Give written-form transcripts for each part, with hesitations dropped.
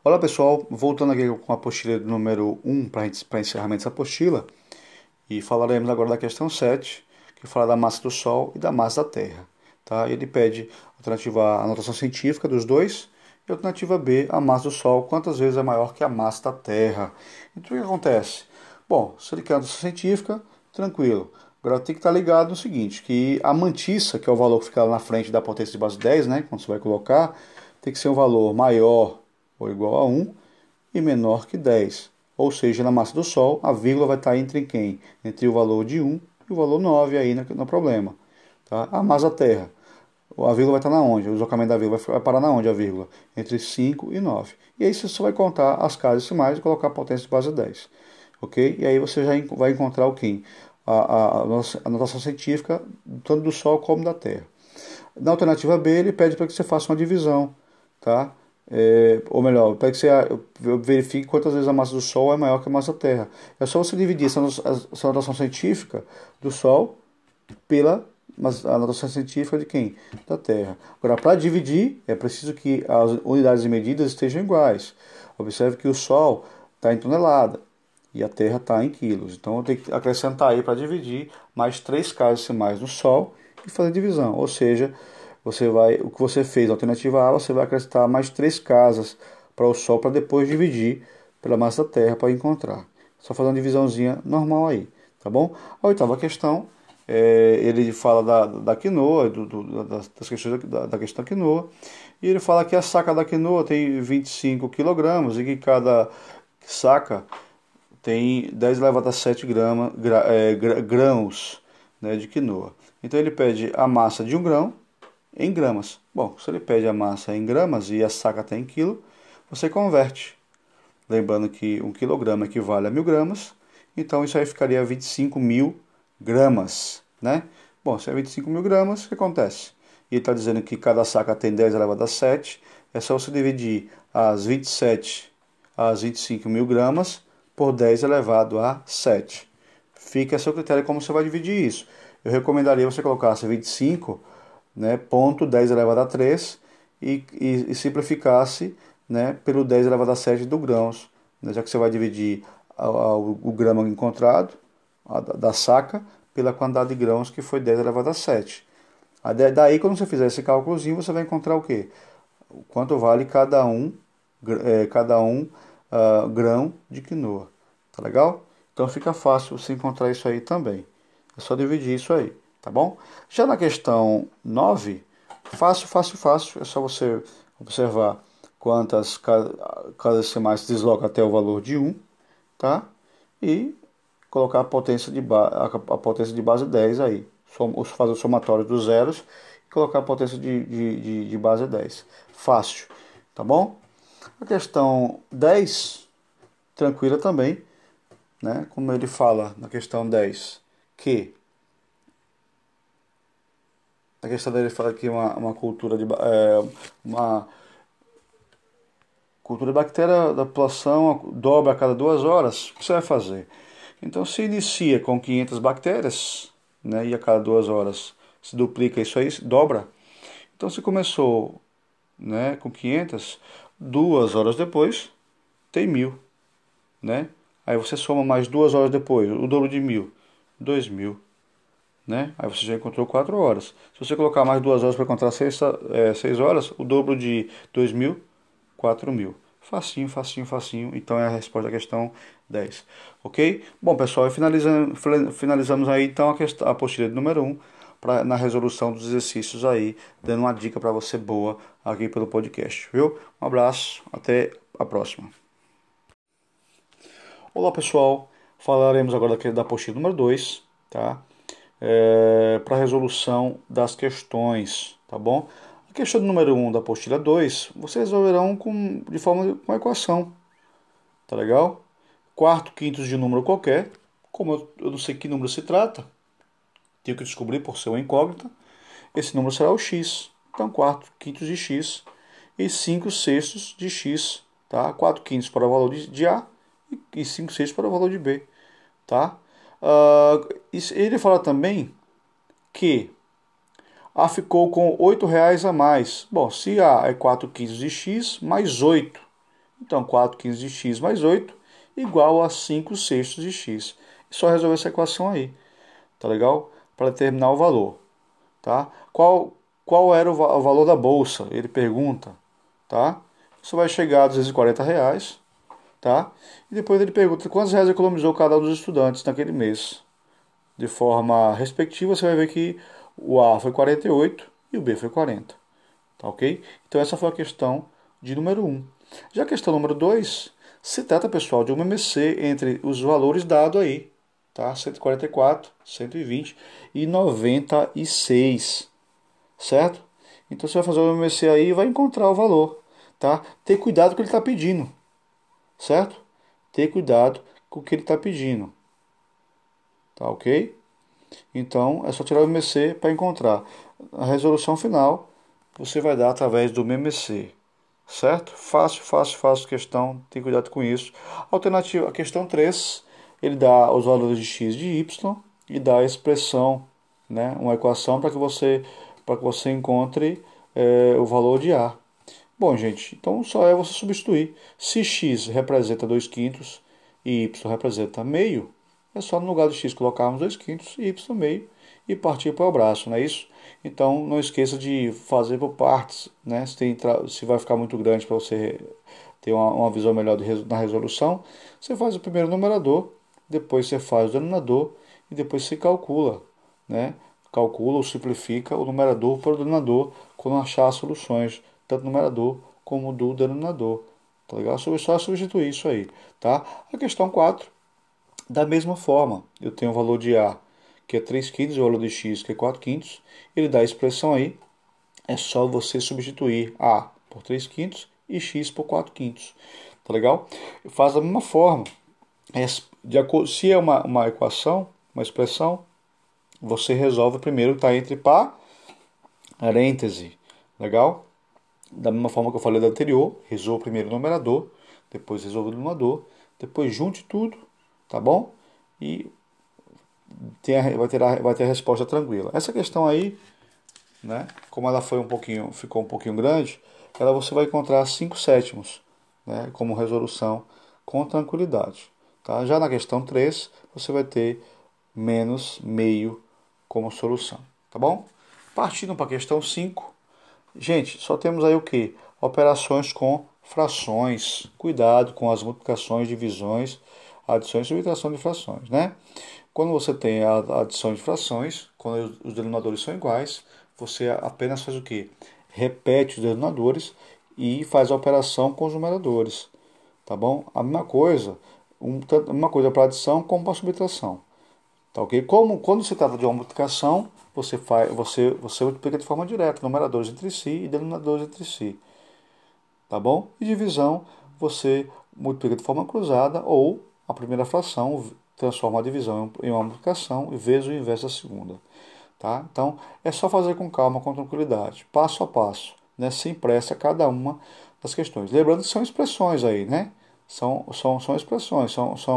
Olá pessoal, voltando aqui com a apostila número 1 para encerramento dessa apostila, e falaremos agora da questão 7, que fala da massa do Sol e da massa da Terra. Tá? Ele pede alternativa A, a notação científica dos dois, e alternativa B, a massa do Sol, quantas vezes é maior que a massa da Terra. Então o que acontece? Bom, se ele quer a notação científica, tranquilo. Agora tem que estar ligado no seguinte, que a mantissa, que é o valor que fica lá na frente da potência de base 10, né, quando você vai colocar, tem que ser um valor maior ou igual a 1 e menor que 10. Ou seja, na massa do Sol, a vírgula vai estar entre quem? Entre o valor de 1 e o valor 9 aí no problema. Tá? A massa da Terra, a vírgula vai estar na onde? O deslocamento da vírgula vai parar na onde a vírgula? Entre 5 e 9. E aí você só vai contar as casas decimais e colocar a potência de base 10. Ok? E aí você já vai encontrar o quê? A notação científica, tanto do Sol como da Terra. Na alternativa B, ele pede para que você faça uma divisão, tá? Ou melhor, para que você verifique quantas vezes a massa do Sol é maior que a massa da Terra. É só você dividir essa notação científica do Sol pela a notação científica de quem? Da Terra. Agora, para dividir, é preciso que as unidades de medidas estejam iguais. Observe que o Sol está em tonelada e a Terra está em quilos. Então, eu tenho que acrescentar aí para dividir mais 3 casas decimais no Sol e fazer divisão. Ou seja, o que você fez, a alternativa A, você vai acrescentar mais 3 casas para o Sol para depois dividir pela massa da Terra para encontrar. Só fazer uma divisãozinha normal aí, tá bom? A oitava questão, ele fala da quinoa, das questões da questão da quinoa, e ele fala que a saca da quinoa tem 25 kg e que cada saca tem 10 elevado a 7 grãos, né, de quinoa. Então ele pede a massa de 1 grão em gramas. Bom, se ele pede a massa em gramas e a saca está em quilo, você converte. Lembrando que 1 quilograma equivale a 1.000 gramas, então isso aí ficaria 25.000 gramas, né? Bom, se é 25.000 gramas, o que acontece? E ele está dizendo que cada saca tem 10 elevado a 7, é só você dividir as 27 às 25.000 gramas por 10 elevado a 7. Fica a seu critério como você vai dividir isso. Eu recomendaria você colocar 25, né, ponto 10 elevado a 3 e simplificasse, né, pelo 10 elevado a 7 do grãos, né, já que você vai dividir o grama encontrado da saca pela quantidade de grãos que foi 10 elevado a 7. Daí, quando você fizer esse cálculozinho, você vai encontrar o quê? Quanto vale cada um grão de quinoa. Tá legal? Então fica fácil você encontrar isso aí também. É só dividir isso aí, tá bom? Já na questão 9, fácil, fácil, fácil. É só você observar quantas casas decimais se desloca até o valor de 1, tá? E colocar a potência de base 10 aí. Fazer o somatório dos zeros e colocar a potência de base 10. Fácil, tá bom? A questão 10, tranquila também, né? Como ele fala na questão 10, que a questão dele fala que uma cultura uma cultura de bactéria da população dobra a cada 2 horas. O que você vai fazer? Então, se inicia com 500 bactérias, né, e a cada 2 horas se duplica isso aí, dobra. Então, se começou, né, com 500, 2 horas depois tem 1.000, né? Aí você soma mais 2 horas depois, o dobro de 1.000, 2.000, né? Aí você já encontrou 4 horas. Se você colocar mais 2 horas para encontrar 6 horas, o dobro de 2.000, 4.000. Facinho, facinho, facinho. Então é a resposta da questão 10. Ok? Bom, pessoal, finalizamos aí então a apostila número 1 na resolução dos exercícios aí, dando uma dica para você boa aqui pelo podcast, viu? Um abraço, até a próxima. Olá, pessoal. Falaremos agora da apostila número 2, tá? Para resolução das questões, tá bom? A questão número 1 da apostila 2, vocês resolverão de forma com equação, tá legal? Quarto, quintos de número qualquer, como eu não sei que número se trata, tenho que descobrir por ser uma incógnita, esse número será o x. Então, quarto, quintos de x e 5 sextos de x, tá? 4 quintos para o valor de A e 5 sextos para o valor de B, tá? Ele fala também que A ficou com R$ 8 a mais. Bom, se A é 4 quintos de x mais 8, Então 4/15 de x mais 8 igual a 5/6 de x. É só resolver essa equação aí, tá legal? Para determinar o valor, tá? Qual era o valor da bolsa? Ele pergunta, tá? Você vai chegar a R$ 240, tá? E depois ele pergunta quantos reais economizou cada um dos estudantes naquele mês. De forma respectiva, você vai ver que o A foi 48 e o B foi 40. Tá ok? Então essa foi a questão de número 1. Já a questão número 2, se trata, pessoal, de uma MMC entre os valores dados aí, tá? 144, 120 e 96, certo? Então você vai fazer o MMC aí e vai encontrar o valor, tá? Ter cuidado com o que ele está pedindo, certo? Ter cuidado com o que ele está pedindo, tá ok? Então é só tirar o MMC para encontrar. A resolução final você vai dar através do MMC, certo? Fácil, fácil, fácil questão, tem cuidado com isso. Alternativa, a questão 3, ele dá os valores de x e de y e dá a expressão, né, uma equação para que você encontre o valor de A. Bom, gente, então só é você substituir. Se x representa 2/5 e y representa meio, é só no lugar de x colocarmos 2/5 e y meio e partir para o braço, não é isso? Então não esqueça de fazer por partes, né? Se vai ficar muito grande para você ter uma visão melhor na resolução, você faz o primeiro numerador, depois você faz o denominador e depois você calcula, né? Calcula ou simplifica o numerador para o denominador quando achar as soluções, tanto do numerador como do denominador. Tá legal? Só substituir isso aí, tá? A questão 4, da mesma forma, eu tenho o valor de A, que é 3/5, e o valor de X, que é 4/5. Ele dá a expressão aí, é só você substituir A por 3/5 e X por 4/5. Tá legal? Faz da mesma forma. Se é uma equação, uma expressão, você resolve primeiro, está entre parêntese. Legal? Da mesma forma que eu falei da anterior, resolva primeiro o numerador, depois resolva o denominador, depois junte tudo, tá bom? E vai ter a resposta tranquila. Essa questão aí, né, como ela ficou um pouquinho grande, ela você vai encontrar 5/7, né, como resolução com tranquilidade. Tá? Já na questão 3, você vai ter menos meio como solução. Tá bom? Partindo para a questão 5, gente, só temos aí o que? Operações com frações. Cuidado com as multiplicações, divisões, adições e subtração de frações, né? Quando você tem a adição de frações, quando os denominadores são iguais, você apenas faz o que? Repete os denominadores e faz a operação com os numeradores, tá bom? A mesma coisa, uma coisa para adição como para subtração, tá ok? Quando se trata de uma multiplicação, você multiplica de forma direta, numeradores entre si e denominadores entre si, tá bom? E divisão, você multiplica de forma cruzada ou a primeira fração transforma a divisão em uma multiplicação e vezes o inverso da segunda, tá? Então, é só fazer com calma, com tranquilidade, passo a passo, né? Sem pressa cada uma das questões. Lembrando que são expressões aí, né? São expressões,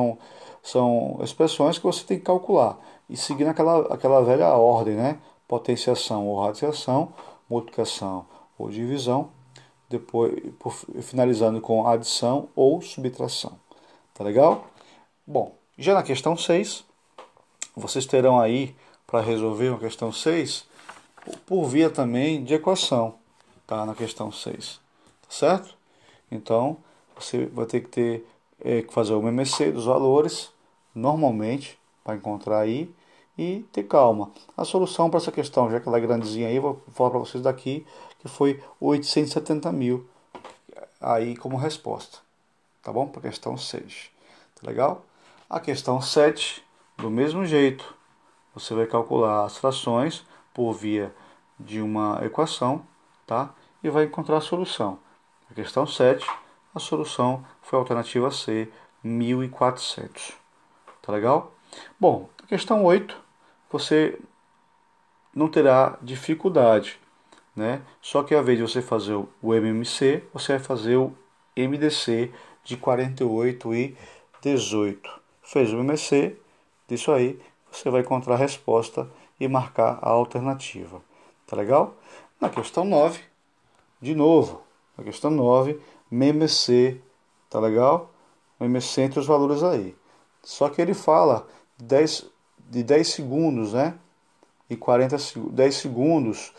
são expressões que você tem que calcular e seguir aquela velha ordem, né? Potenciação ou radiação, multiplicação ou divisão, depois finalizando com adição ou subtração. Tá legal? Bom, já na questão 6, vocês terão aí para resolver a questão 6 por via também de equação, tá? Na questão 6, tá certo? Então, você vai ter que fazer o MMC dos valores, normalmente, para encontrar aí, e ter calma. A solução para essa questão, já que ela é grandezinha aí, eu vou falar para vocês daqui, que foi 870 mil aí como resposta, tá bom? Para a questão 6, tá legal? A questão 7, do mesmo jeito, você vai calcular as frações por via de uma equação, tá? E vai encontrar a solução. A questão 7, a solução foi a alternativa C, 1.400. Tá legal? Bom, a questão 8, você não terá dificuldade, né? Só que ao invés de você fazer o MMC, você vai fazer o MDC de 48 e 18. Fez o MMC, disso aí, você vai encontrar a resposta e marcar a alternativa. Tá legal? Na questão 9, de novo, na questão 9, MMC Tá legal? O MMC entre os valores aí. Só que ele fala de 10 segundos, né? E 10 segundos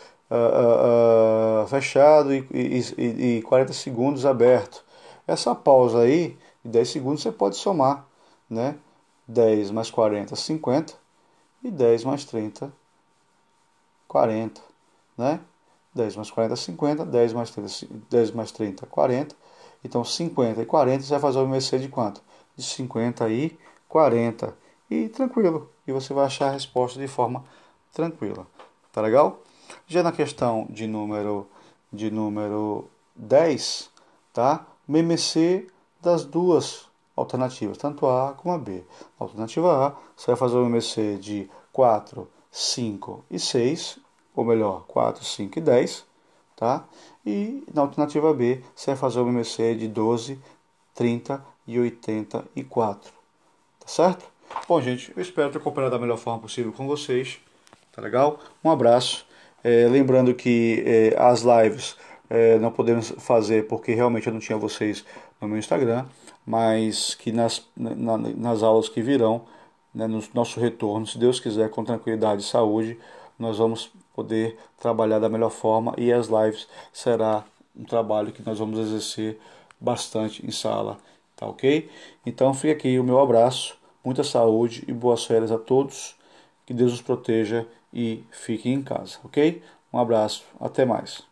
fechado e 40 segundos aberto. Essa pausa aí, de 10 segundos, você pode somar, né? 10 mais 40, 50. E 10 mais 30, 40, né? 10 mais 40, 50. 10 mais 30, 10 mais 30, 40. Então, 50 e 40, você vai fazer o MMC de quanto? De 50 e 40. E tranquilo. E você vai achar a resposta de forma tranquila. Tá legal? Já na questão de número 10, tá? MMC das duas alternativas, tanto A como a B. Na alternativa A, você vai fazer o MMC de 4, 5 e 6, ou melhor, 4, 5 e 10, tá? E na alternativa B, você vai fazer o MMC de 12, 30 e 84, tá certo? Bom, gente, eu espero ter cooperado da melhor forma possível com vocês, tá legal? Um abraço. Lembrando que as lives não podemos fazer porque realmente eu não tinha vocês no meu Instagram, mas que nas aulas que virão, né, no nosso retorno, se Deus quiser, com tranquilidade e saúde, nós vamos poder trabalhar da melhor forma e as lives será um trabalho que nós vamos exercer bastante em sala, tá ok? Então fica aqui o meu abraço, muita saúde e boas férias a todos, que Deus os proteja e fiquem em casa, ok? Um abraço, até mais.